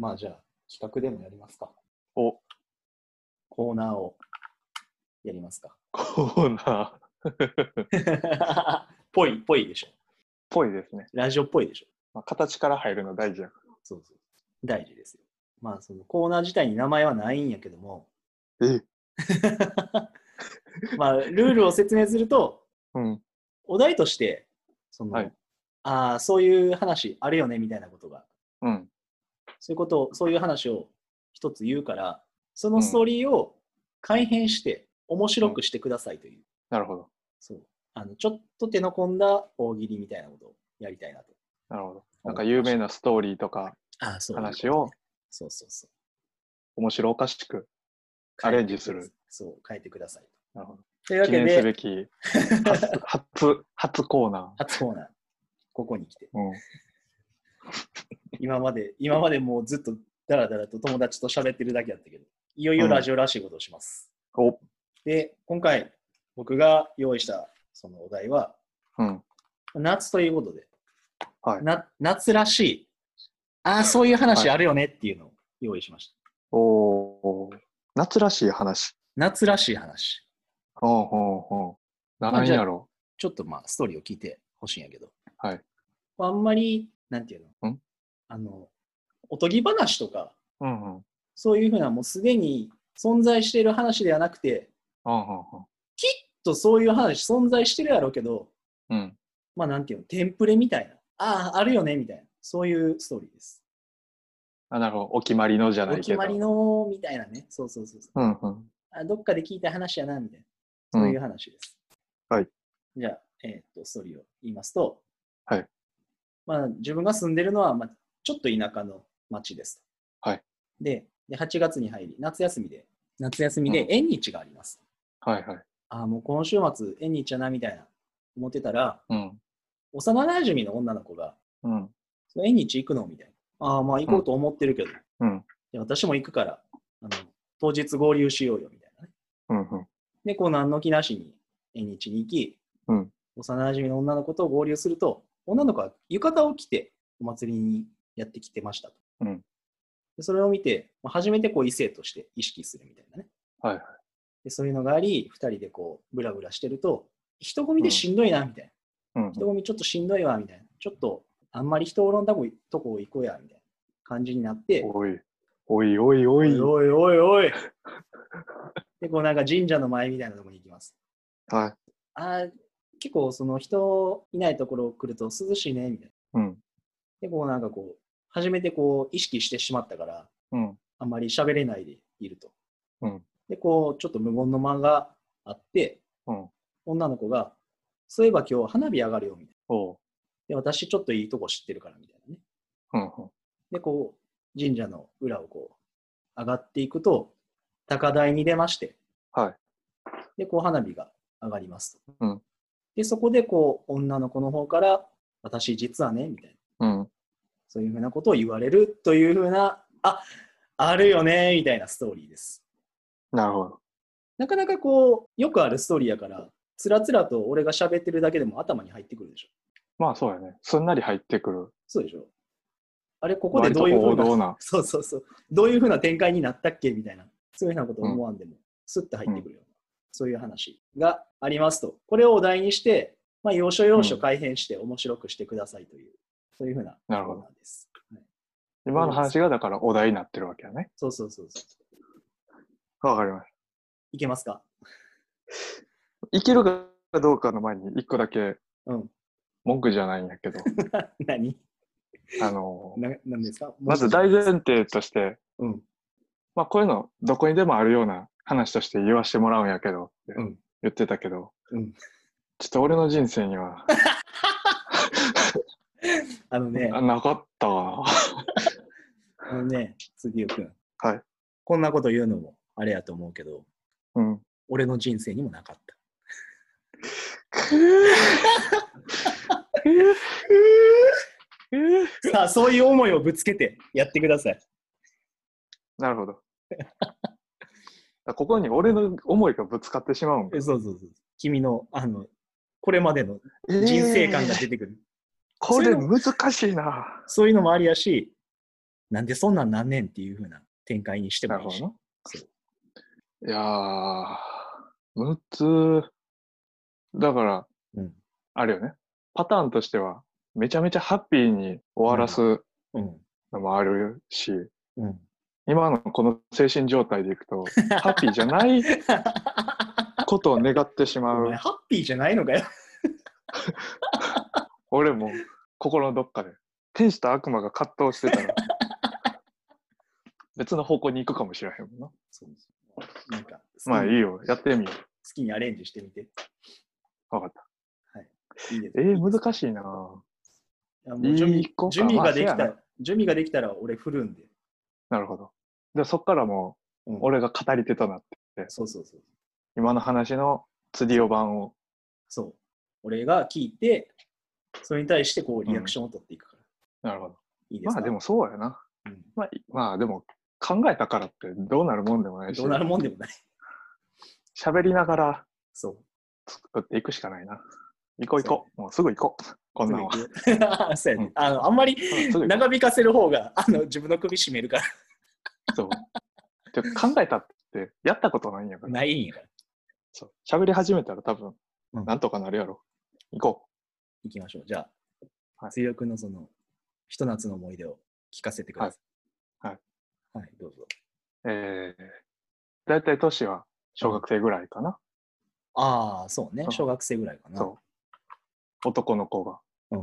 まあじゃあ企画でもやりますか。 お、 コーナーをやりますか。 コーナー。 ぽいでしょ。 ぽいですね。 ラジオっぽいでしょ。 まあ、形から入るの大事やかそうそう。大事ですよ。まあそのコーナー自体に名前はないんやけども、 ら。 まあルールを説明すると、 うん。 お題としてその、 はいそういう話あるよねみたいなことが、 うん。 そういう話を一つ言うから、そのストーリーを改変して面白くしてくださいという。 なるほど。 そうちょっと手の込んだ大喜利みたいなことをやりたいなと。 なるほど。なんか有名なストーリーとかそう話をそうそうそう。 面白おかしくアレンジする。 そう、変えてくださいと。 なるほど。 というわけで、 記念すべき初コーナー。 初コーナー、ここに来て。 うん、 今までもうずっとダラダラと友達と喋ってるだけだったけど、いよいよラジオらしいことをします。 おで、今回僕が用意したそのお題は、夏ということで、 はい、 夏らしい、そういう話あるよねっていうのを用意しました。 おー、夏らしい話。 夏らしい話。 何やろう。 ちょっとストーリーを聞いてほしいんやけど。 はい。 あんまり、なんていうのおとぎ話とか、そういうふうなもうすでに存在している話ではなくて、きっとそういう話存在してるやろうけど、まあなんていうの、テンプレみたいな。あるよねみたいな。そういうストーリーです。 なるほど。お決まりのじゃないけど。 お決まりのみたいなね。そう。どっかで聞いた話やな、みたいな。そういう話です。 はい。 じゃあ、ストーリーを言いますと、 はい。 まあ自分が住んでるのは、ちょっと田舎の町です。 はい。 で、8月に入り、夏休みで縁日があります。 はい。 もう今週末縁日やな、みたいな思ってたら、幼馴染の女の子が、その縁日行くのみたいな。まあ行こうと思ってるけど、私も行くから、当日合流しようよ、みたいなね。で、何の気なしに縁日に行き、幼馴染の女の子と合流すると、女の子は浴衣を着てお祭りにやってきてましたと。でそれを見て、初めて異性として意識するみたいなね。でそういうのがあり、2人でブラブラしてると、人混みでしんどいな、みたいな。人混みちょっとしんどいわ、みたいな。ちょっと、あんまり人おろんだとこ行こうや、みたいな感じになって。 おい。 で、なんか神社の前みたいなとこに行きます。結構その人いないところ来ると涼しいね、みたいな。で、なんか初めて意識してしまったから、あんまり喋れないでいると。で、ちょっと無言の間があって、女の子が、そういえば今日花火上がるよ、みたいな。で、私ちょっといいとこ知ってるから、みたいなね。で、神社の裏を上がっていくと、高台に出まして、で、花火が上がりますと。で、そこで女の子の方から、私実はね、みたいな。そういうふうなことを言われるというふうな、あるよね、みたいなストーリーです。 なるほど。 なかなかよくあるストーリーやから、つらつらと俺が喋ってるだけでも頭に入ってくるでしょ。 まあそうやね。すんなり入ってくる。 そうでしょ。あれ、ここでどういうふうな、どういうふうな展開になったっけみたいな、そういうふうなことを思わんでも、スッと入ってくるような、そういう話がありますと。これをお題にして、要所要所改変して面白くしてくださいという、そういうふうなコーナーです。 今の話がだからお題になってるわけやね。 そう。 わかりました。 いけますか？ いけるかどうかの前に一個だけ、文句じゃないんやけど。 何ですか？ まず大前提として、まあこういうのどこにでもあるような話として言わしてもらうんやけどって言ってたけど、ちょっと俺の人生にはなかったわな。杉尾くん。 はい。 こんなこと言うのもあれやと思うけど、俺の人生にもなかった。さあ、そういう思いをぶつけてやってください。 なるほど。ここに俺の思いがぶつかってしまうんか。 そう。君の、これまでの人生観が出てくる。 これ難しいな。 そういうのもありやし、 なんでそんなんなんねんっていう風な展開にしてもいいし。なるほど。そういやー、6つ、だから、あれよね。パターンとしては、めちゃめちゃハッピーに終わらすのもあるし、今のこの精神状態でいくと、ハッピーじゃないことを願ってしまう。お前、ハッピーじゃないのかよ。 俺も心のどっかで、天使と悪魔が葛藤してたら、別の方向に行くかもしれへんもんな。そうです。なんかまあいいよ、やってみよう。 好きにアレンジしてみて。 わかった。 はい。いいです。 難しいな。 準備ができたら、準備ができたら俺振るんで。 なるほど。でそっからもう、俺が語り手となって、 そうそうそう。 今の話の釣り尾版を。 そう。俺が聞いて、それに対してこうリアクションを取っていくから。 なるほど。いいですか？まあでもそうやな。まあでも考えたからってどうなるもんでもないし。 どうなるもんでもない。 喋りながら作っていくしかないな。行こう。もうすぐ行こう。こんなんは。 そうやね。あんまり長引かせる方が自分の首絞めるから。 そう。考えたってやったことないんやから。 ないんやから。 そう。喋り始めたら多分、なんとかなるやろ。行こう。行きましょう。じゃあ、ついよくんのその、ひと夏の思い出を聞かせてください。はい。はい、どうぞ。 だいたい年は小学生ぐらいかな。 ああ、そうね。小学生ぐらいかな。 そう。男の子が。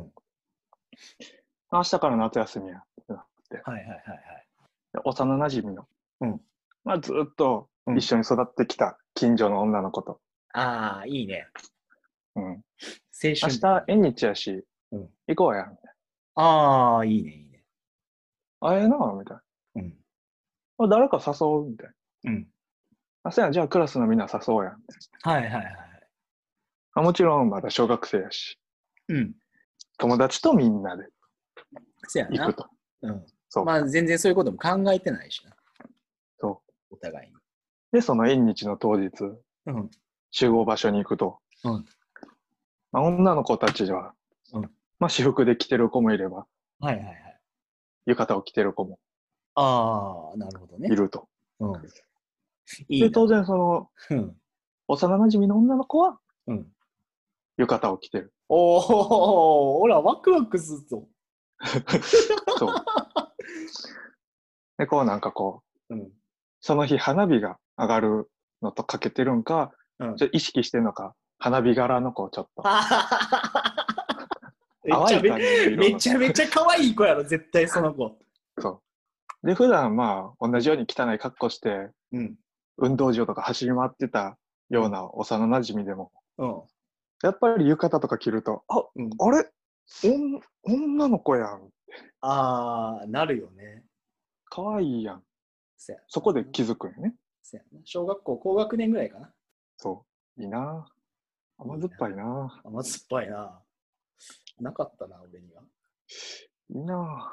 明日から夏休みやってなって。 はいはいはいはい。 幼馴染の。まあずっと一緒に育ってきた近所の女の子と。 ああ、いいね。 青春。明日縁日やし、行こうや、みたいな。ああ、いいね、いいね。 あええな、みたいな。誰か誘うみたいな。そうやん、じゃあクラスのみんな誘おうや、みたいな。はいはいはい。 もちろんまだ小学生やし。友達とみんなで行くと。 そう。まあ全然そういうことも考えてないしな。 そう。 お互いに。 で、その縁日の当日、集合場所に行くと、まあ、女の子たちは、まあ私服で着てる子もいれば、浴衣を着てる子も、 ああ、なるほどね。 いると。で、当然その、幼馴染の女の子は、浴衣を着てる。 おお、ほら、ワクワクするぞ。 そう。で、こうなんかこう、その日花火が上がるのとかけてるんか、意識してるのか、花火柄の子ちょっと。 めちゃめちゃ可愛い子やろ、絶対その子。 そう。で、普段まあ、同じように汚い格好して、運動場とか走り回ってたような幼馴染でも、やっぱり浴衣とか着ると、あれ女の子やん。 ああ、なるよね。 かわいいやん。そこで気づくよね。 小学校高学年ぐらいかな。 そう。いいな。甘酸っぱいな。 甘酸っぱいな。なかったな、俺には。 いいな。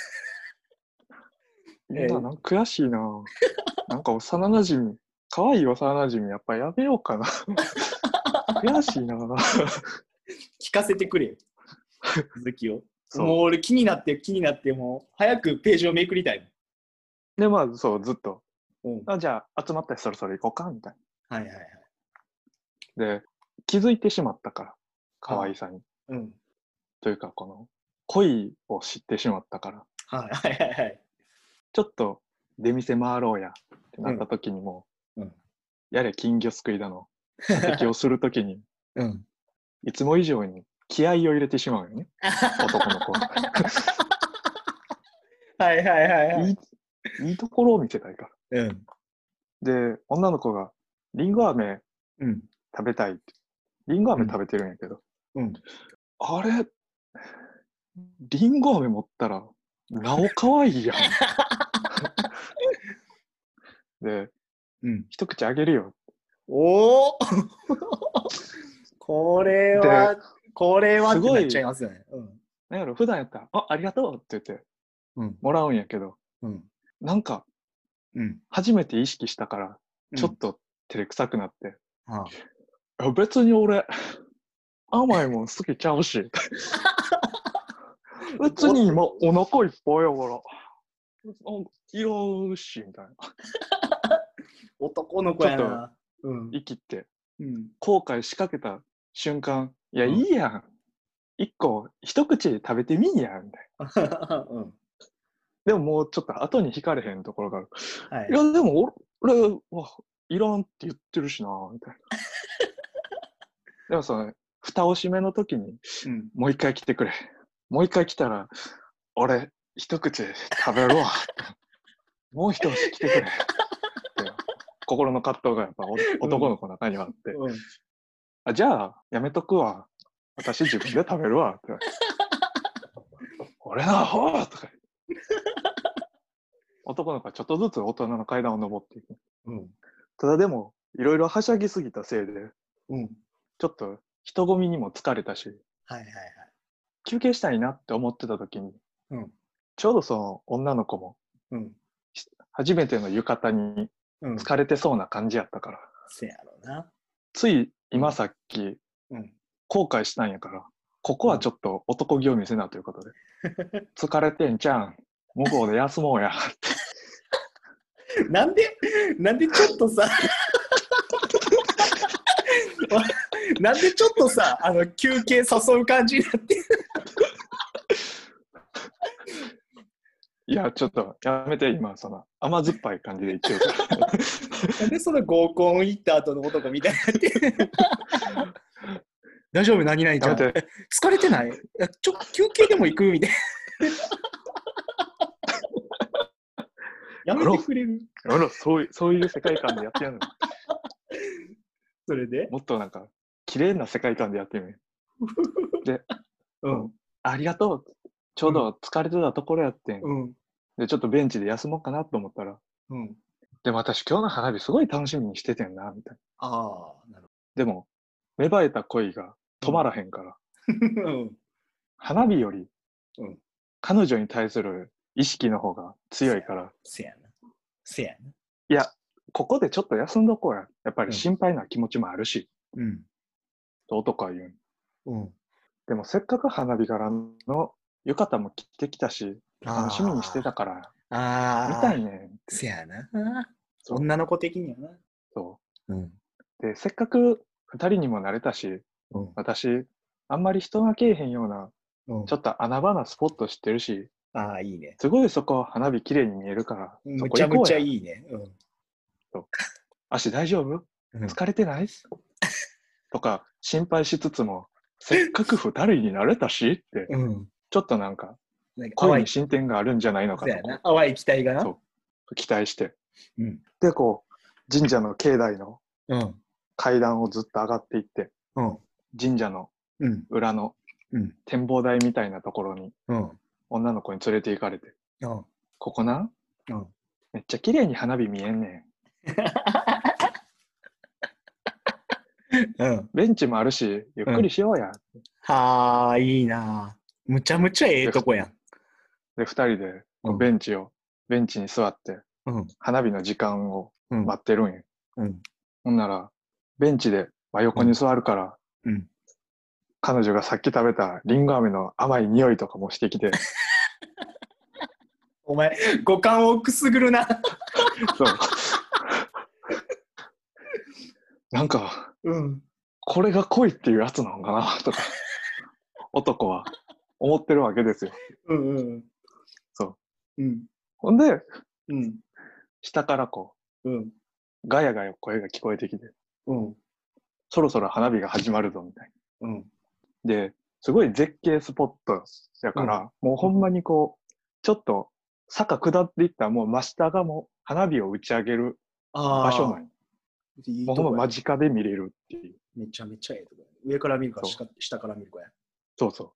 なんか悔しいな。なんか幼馴染、かわいい幼馴染、やっぱやめようかな。悔しいな。 聞かせてくれよ。続きを。もう俺気になってもう早くページをめくりたいもん。 で、まあそう、ずっと。じゃあ集まったらそろそろ行こうかみたいな。はいはいはい。 で、気づいてしまったから、可愛さに。というか、この恋を知ってしまったから。 はいはいはいはい。 ちょっと出店回ろうやってなった時にも、やれ金魚すくいだの、敵をする時に、いつも以上に気合を入れてしまうよね。男の子は。 はいはいはいはい。 いいところを見せたいから。で、女の子がリンゴ飴食べたいって。リンゴ飴食べてるんやけど。あれリンゴ飴持ったら、なおかわいいやん。で、一口あげるよ。 おおこれはってなっちゃいますよね。 なんやろ、普段やったら、ありがとうって言って、もらうんやけど、なんか、初めて意識したから、ちょっと照れくさくなって、別に俺、甘いもん好きちゃうし、別に今お腹いっぱいやから、 いろんし、みたいな。 男の子やな。 生きて、後悔しかけた瞬間、いや、いいやん。一口食べてみんや、みたいな。でももうちょっと後に引かれへんところがある。いや、でも俺はいらんって言ってるしな、みたいな。でもその、蓋を閉めの時に、もう一回来てくれ。もう一回来たら、俺、一口食べるわ。もう一口来てくれ。心の葛藤がやっぱ男の子の中にはあって、あ、じゃあ、やめとくわ。私自分で食べるわ。って俺のアホとか。男の子はちょっとずつ大人の階段を登っていく。ただでも、いろいろはしゃぎすぎたせいで、ちょっと人混みにも疲れたし、休憩したいなって思ってた時に、ちょうどその女の子も、初めての浴衣に疲れてそうな感じやったから、つい今さっき、後悔したんやから、ここはちょっと男気を見せなということで、疲れてんちゃん、向こうで休もうやって。 なんでちょっとさ、なんでちょっとさ、休憩誘う感じになってる。 いや、ちょっとやめて、今、その甘酸っぱい感じで言っちゃうから。 なんでその合コン行った後の男みたいになってる。大丈夫、何々ちゃん。疲れてない？休憩でも行くみたいな。やめてくれる？ そういう世界観でやってやるの。 それでもっとなんか、綺麗な世界観でやってみる。で、ありがとう。ちょうど疲れてたところやってん。で、ちょっとベンチで休もうかなと思ったら、でも私今日の花火すごい楽しみにしててんな、みたいな。なるほど。でも、芽生えた恋が止まらへんから、花火より、彼女に対する意識の方が強いから、 せやな。 いや、ここでちょっと休んどこうや。やっぱり心配な気持ちもあるし、と男は言う。でもせっかく花火柄の浴衣も着てきたし、楽しみにしてたから、見たいね。 せやな。女の子的にはな。 そう。で、せっかく二人にもなれたし、私、あんまり人がけえへんような、ちょっと穴場なスポット知ってるし、 いいね。 すごいそこ花火綺麗に見えるから、 めちゃめちゃいいね。 足大丈夫？疲れてない？とか心配しつつも、せっかく二人になれたしって、ちょっとなんか、恋に進展があるんじゃないのかと。 淡い期待がな。 そう。期待して。で、こう、神社の境内の階段をずっと上がっていって、神社の裏の展望台みたいなところに、女の子に連れて行かれて、ここな、めっちゃ綺麗に花火見えんねん。ベンチもあるし、ゆっくりしようや。 いいな。むちゃむちゃええとこやん。 で、二人でベンチに座って、花火の時間を待ってるんや。ほんなら、ベンチで真横に座るから、彼女がさっき食べたリンゴ飴の甘い匂いとかもしてきて。 お前、五感をくすぐるな。 そう。なんか、これが恋っていうやつなのかなとか、男は思ってるわけですよ。そう。ほんで、下からこう、ガヤガヤ声が聞こえてきて、そろそろ花火が始まるぞみたいな。で、すごい絶景スポットやから、もうほんまにこう、ちょっと坂下っていったらもう真下がもう花火を打ち上げる場所なんや。もうほんま間近で見れるっていう。 めちゃめちゃええとこや。上から見るか下から見るかや。 そうそう。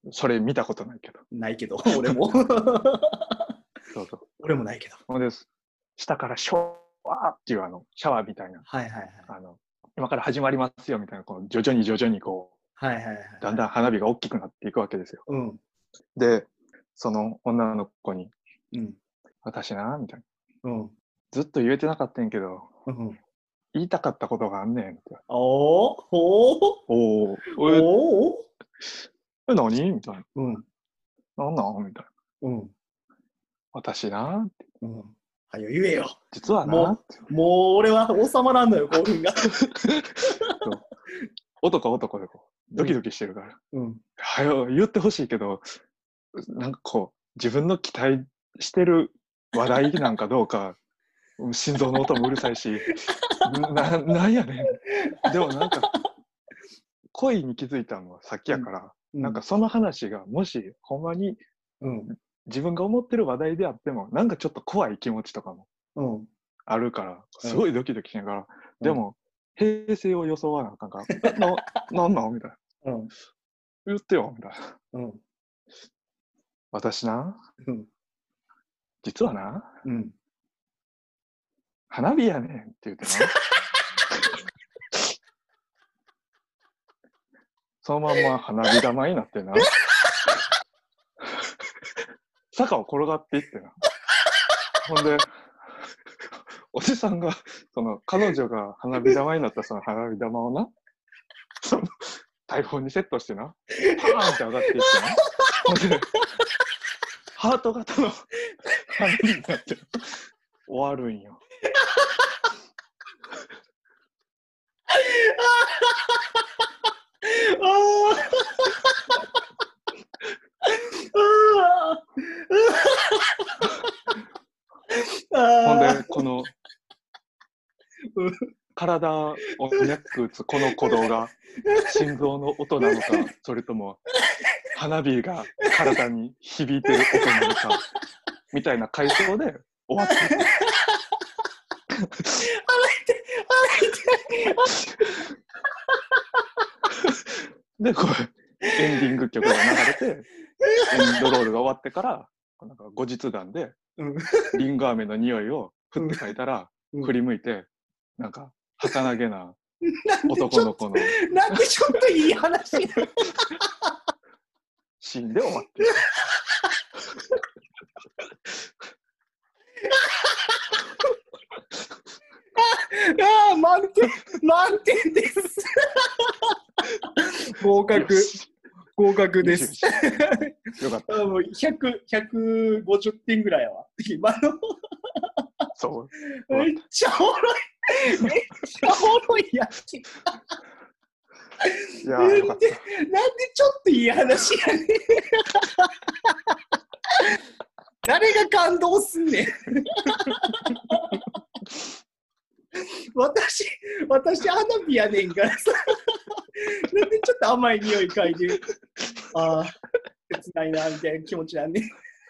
それ見たことないけど。 ないけど、俺も。 そうそう。 俺もないけど。 ほんで、下からシャワーっていうシャワーみたいな。今から始まりますよみたいな、こう徐々にこう、だんだん花火が大きくなっていくわけですよ。で、その女の子に、私な、みたいな。ずっと言えてなかったんやけど、言いたかったことがあんねん。何みたいな。なんみたいな。 私な。 うん。はよ言えよ。 実はな。 もう俺は収まらんのよ、興奮が。 男でこう、ドキドキしてるから。 うん。 はよ、言ってほしいけど、なんかこう、自分の期待してる話題なんかどうか、心臓の音もうるさいし、なんやねん。でもなんか、恋に気づいたのはさっきやから、なんかその話がもしほんまに、自分が思ってる話題であっても、なんかちょっと怖い気持ちとかもあるから、すごいドキドキしながら、でも、平静を装わなあかんから、なんみたいな。言ってよ、みたいな。私な、実はな、花火やねんって言ってな。そのまんま花火玉になってな。坂を転がっていってな。ほんで、おじさんが、彼女が花火玉になったその花火玉をな、台本にセットしてな、パーンって上がっていってな。ほんで、ハート型の花火になって終わるんよ。ほんで、この体を脈打つこの鼓動が心臓の音なのか、それとも花火が体に響いてる音なのかみたいな回想で終わっていく。で、こうエンディング曲が流れて、エンドロールが終わってから、なんか後日談で、リンゴ飴の匂いをふって書いたら、振り向いて、なんか、儚げな男の子の。 なんでちょっといい話シーンで終わってる。 満点です。合格です。 よかった。 もう150点ぐらいやわ。今の。 そう。 めっちゃおもろい。めっちゃおもろいやつ。なんでちょっといい話やねん。誰が感動すんねん。私花火やねんからさ。なんでちょっと甘い匂い嗅いで、ああ、切ないなみたいな気持ちなんねん。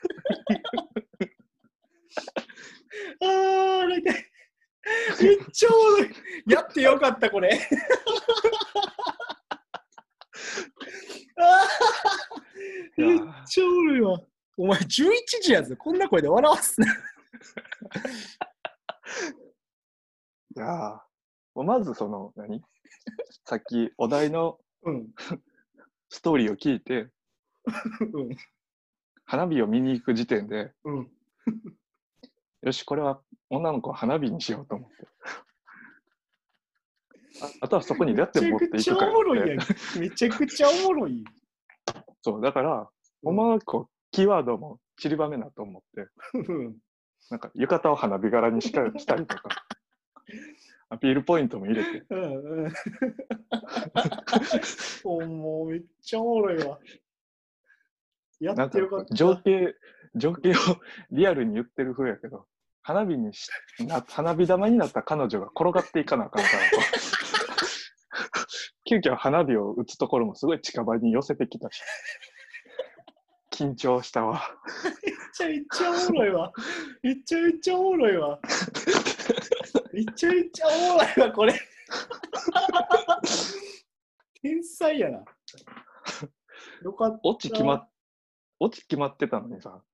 ああ、なんかめっちゃおもろい。やってよかったこれ。めっちゃおもろいわ。お前11時やぞ。こんな声で笑わすな。 いやまずさっきお題のストーリーを聞いて、花火を見に行く時点で、よし、これは女の子は花火にしようと思って。あとはそこにどうやって持っていくかってめちゃくちゃおもろい。 そう、だから、お前はキーワードも散りばめなと思って、なんか浴衣を花火柄にしたりとか、アピールポイントも入れて。 もうめっちゃおもろいわ。やってよかった。 情景をリアルに言ってる風やけど、花火玉になった彼女が転がっていかなあかんからと。急遽花火を打つところもすごい近場に寄せてきたし。緊張したわ。 めっちゃおもろいわ。めちゃおもろいわ、これ。天才やな。よかった。 オチ決まってたのにさ、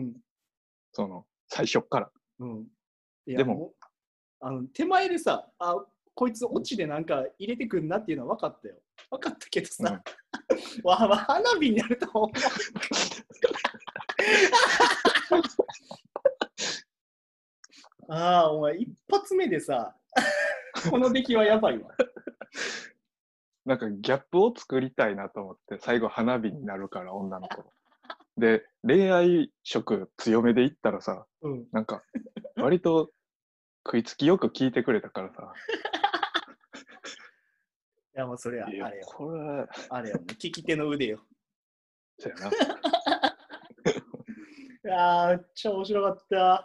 最初から。でも手前でさ、こいつオチでなんか入れてくんなっていうのは分かったよ。分かったけどさ、花火になると思う。お前一発目でさ、この出来はやばいわ。 なんかギャップを作りたいなと思って、最後花火になるから女の子。 で、恋愛色強めでいったらさ、なんか、割と食いつきよく聞いてくれたからさ。 いや、もうそれは、あれよ。 これ、 あれよ、もう聞き手の腕よ。 そうやな。 いやー、めっちゃ面白かった。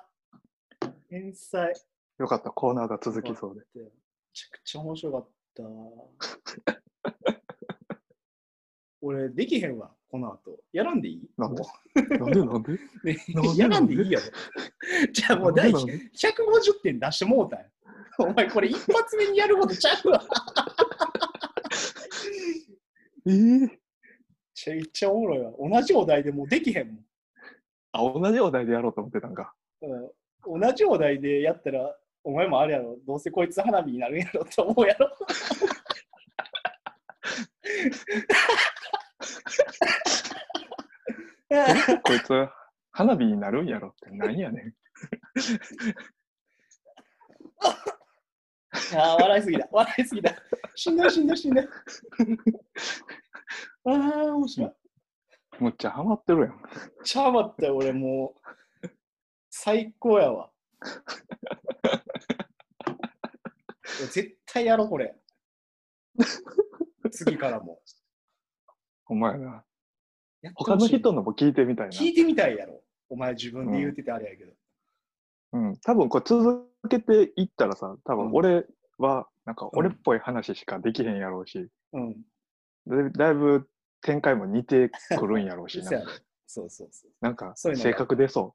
天才。 よかった、コーナーが続きそうで。 めちゃくちゃ面白かった。俺、できへんわ、この後。やらんでいい？ なんでやらんでいいやろ。じゃあもう第150点出してもうたんや。お前これ一発目にやることちゃうわ。めちゃめちゃおもろいわ。同じお題でもうできへんもん。 あ、同じお題でやろうと思ってたんか。 同じお題でやったら、お前もあれやろ。どうせこいつ花火になるんやろって思うやろ。 こいつ花火になるんやろって何やねん。 笑いすぎだ。笑いすぎだ。死んだ。ああ、面白い。 むっちゃハマってるやん。 めっちゃハマったよ、俺もう。最高やわ。絶対やろう、これ。次からも。 お前な。他の人のも聞いてみたいな。 聞いてみたいやろ。お前自分で言うててあれやけど。 多分これ続けていったらさ、多分俺はなんか俺っぽい話しかできへんやろうし、だいぶ展開も似てくるんやろうしな。 そう。 なんか性格出そう。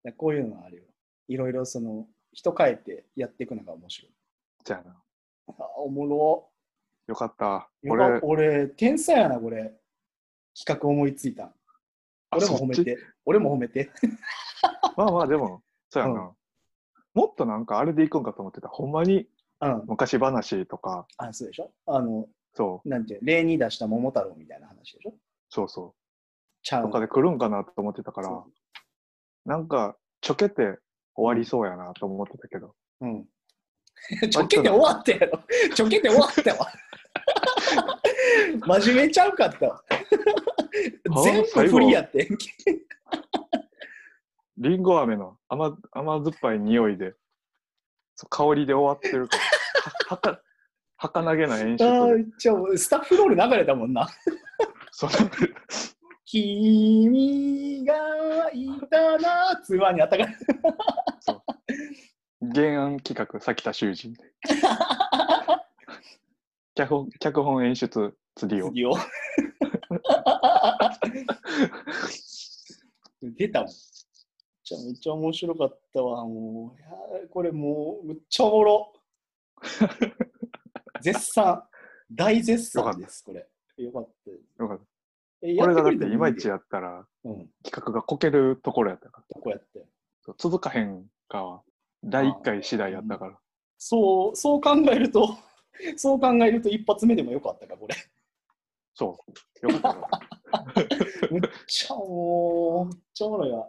こういうのはあるよ。いろいろ人変えてやっていくのが面白い。 じゃあな。 おもろ。 よかった。 俺、天才やな、これ。企画思いついた。俺も褒めて。 まあでも、そうやな。もっとなんかあれでいくんかと思ってた。ほんまに昔話とか。 そうでしょ？ そう。 なんて例に出した桃太郎みたいな話でしょ？ そう。とかで来るんかなと思ってたから、なんかちょけて終わりそうやなと思ってたけど。 ちょけて終わったやろ。ちょけて終わったわ。真面目ちゃうかったわ。全部フリーやって。 りんご飴の甘酸っぱい匂いで、香りで終わってるから、儚げな演出。 スタッフロール流れたもんな。君がいたな、ツアーにあったから。 原案企画、咲田修二。脚本演出、釣りを。 出たもん。めっちゃ面白かったわ。もうこれもうむっちゃおもろ。大絶賛です。これよかった。 これがだっていまいちやったら、企画がこけるところやったから。続かへんか第1回次第やったから。 そう考えると一発目でもよかったか、これ。 そう。よかった。 めっちゃおもろいわ。